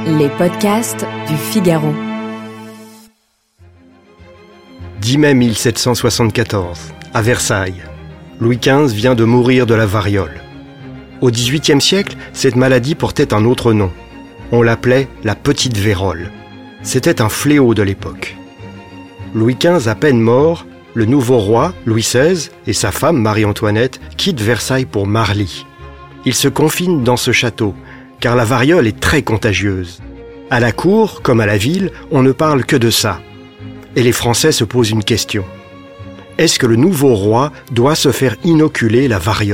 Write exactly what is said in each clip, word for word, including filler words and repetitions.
Les podcasts du Figaro. dix mai mille sept cent soixante-quatorze, à Versailles. Louis quinze vient de mourir de la variole. Au dix-huitième siècle, cette maladie portait un autre nom. On l'appelait la petite vérole. C'était un fléau de l'époque. Louis quinze à peine mort, le nouveau roi, Louis seize, et sa femme Marie-Antoinette quittent Versailles pour Marly. Ils se confinent dans ce château, car la variole est très contagieuse. À la cour, comme à la ville, on ne parle que de ça. Et les Français se posent une question. Est-ce que le nouveau roi doit se faire inoculer la variole ?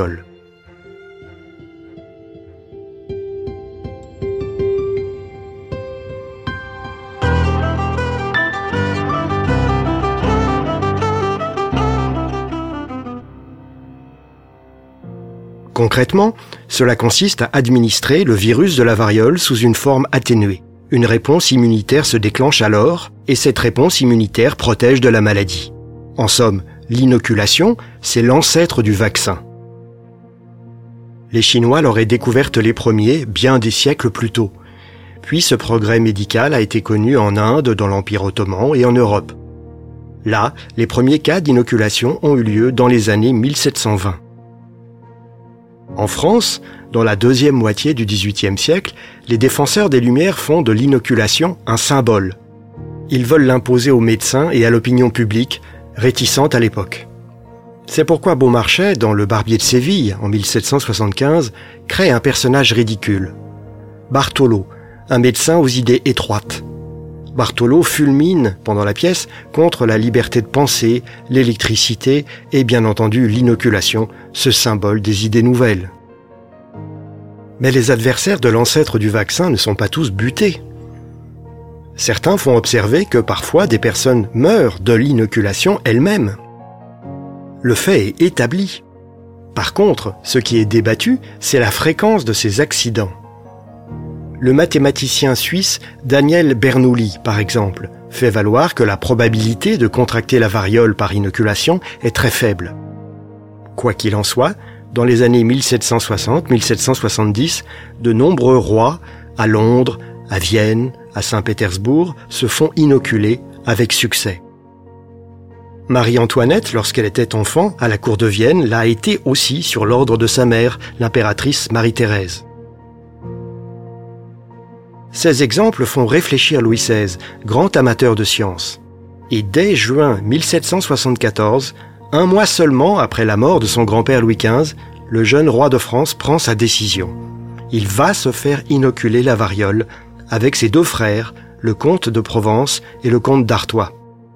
Concrètement, cela consiste à administrer le virus de la variole sous une forme atténuée. Une réponse immunitaire se déclenche alors, et cette réponse immunitaire protège de la maladie. En somme, l'inoculation, c'est l'ancêtre du vaccin. Les Chinois l'auraient découverte les premiers, bien des siècles plus tôt. Puis ce progrès médical a été connu en Inde, dans l'Empire ottoman et en Europe. Là, les premiers cas d'inoculation ont eu lieu dans les années mille sept cent vingt. En France, dans la deuxième moitié du dix-huitième siècle, les défenseurs des Lumières font de l'inoculation un symbole. Ils veulent l'imposer aux médecins et à l'opinion publique, réticente à l'époque. C'est pourquoi Beaumarchais, dans Le Barbier de Séville, en mille sept cent soixante-quinze, crée un personnage ridicule. Bartholo, un médecin aux idées étroites. Bartholo fulmine, pendant la pièce, contre la liberté de penser, l'électricité et bien entendu l'inoculation, ce symbole des idées nouvelles. Mais les adversaires de l'ancêtre du vaccin ne sont pas tous butés. Certains font observer que parfois des personnes meurent de l'inoculation elles-mêmes. Le fait est établi. Par contre, ce qui est débattu, c'est la fréquence de ces accidents. Le mathématicien suisse Daniel Bernoulli, par exemple, fait valoir que la probabilité de contracter la variole par inoculation est très faible. Quoi qu'il en soit, dans les années mille sept cent soixante à mille sept cent soixante-dix, de nombreux rois, à Londres, à Vienne, à Saint-Pétersbourg, se font inoculer avec succès. Marie-Antoinette, lorsqu'elle était enfant, à la cour de Vienne, l'a été aussi sur l'ordre de sa mère, l'impératrice Marie-Thérèse. Ces exemples font réfléchir Louis seize, grand amateur de science. Et dès juin mille sept cent soixante-quatorze, un mois seulement après la mort de son grand-père Louis quinze, le jeune roi de France prend sa décision. Il va se faire inoculer la variole avec ses deux frères, le comte de Provence et le comte d'Artois.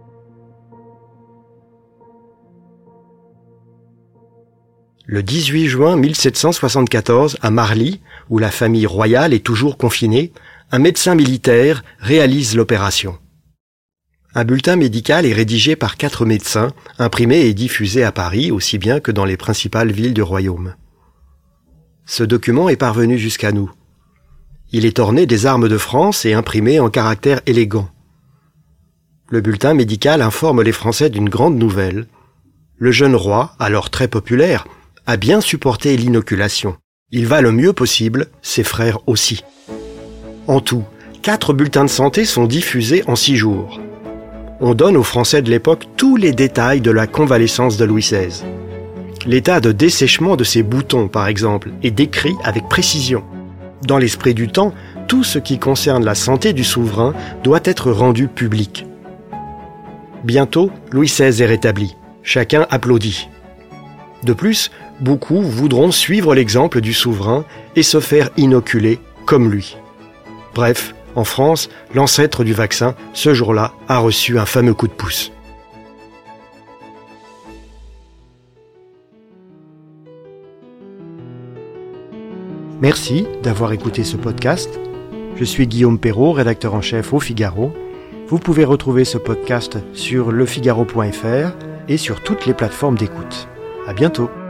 Le dix-huit juin mille sept cent soixante-quatorze, à Marly, où la famille royale est toujours confinée, un médecin militaire réalise l'opération. Un bulletin médical est rédigé par quatre médecins, imprimé et diffusé à Paris, aussi bien que dans les principales villes du royaume. Ce document est parvenu jusqu'à nous. Il est orné des armes de France et imprimé en caractères élégants. Le bulletin médical informe les Français d'une grande nouvelle. Le jeune roi, alors très populaire, a bien supporté l'inoculation. Il va le mieux possible, ses frères aussi. En tout, quatre bulletins de santé sont diffusés en six jours. On donne aux Français de l'époque tous les détails de la convalescence de Louis seize. L'état de dessèchement de ses boutons, par exemple, est décrit avec précision. Dans l'esprit du temps, tout ce qui concerne la santé du souverain doit être rendu public. Bientôt, Louis seize est rétabli. Chacun applaudit. De plus, beaucoup voudront suivre l'exemple du souverain et se faire inoculer comme lui. Bref, en France, l'ancêtre du vaccin, ce jour-là, a reçu un fameux coup de pouce. Merci d'avoir écouté ce podcast. Je suis Guillaume Perrault, rédacteur en chef au Figaro. Vous pouvez retrouver ce podcast sur le figaro point f r et sur toutes les plateformes d'écoute. À bientôt.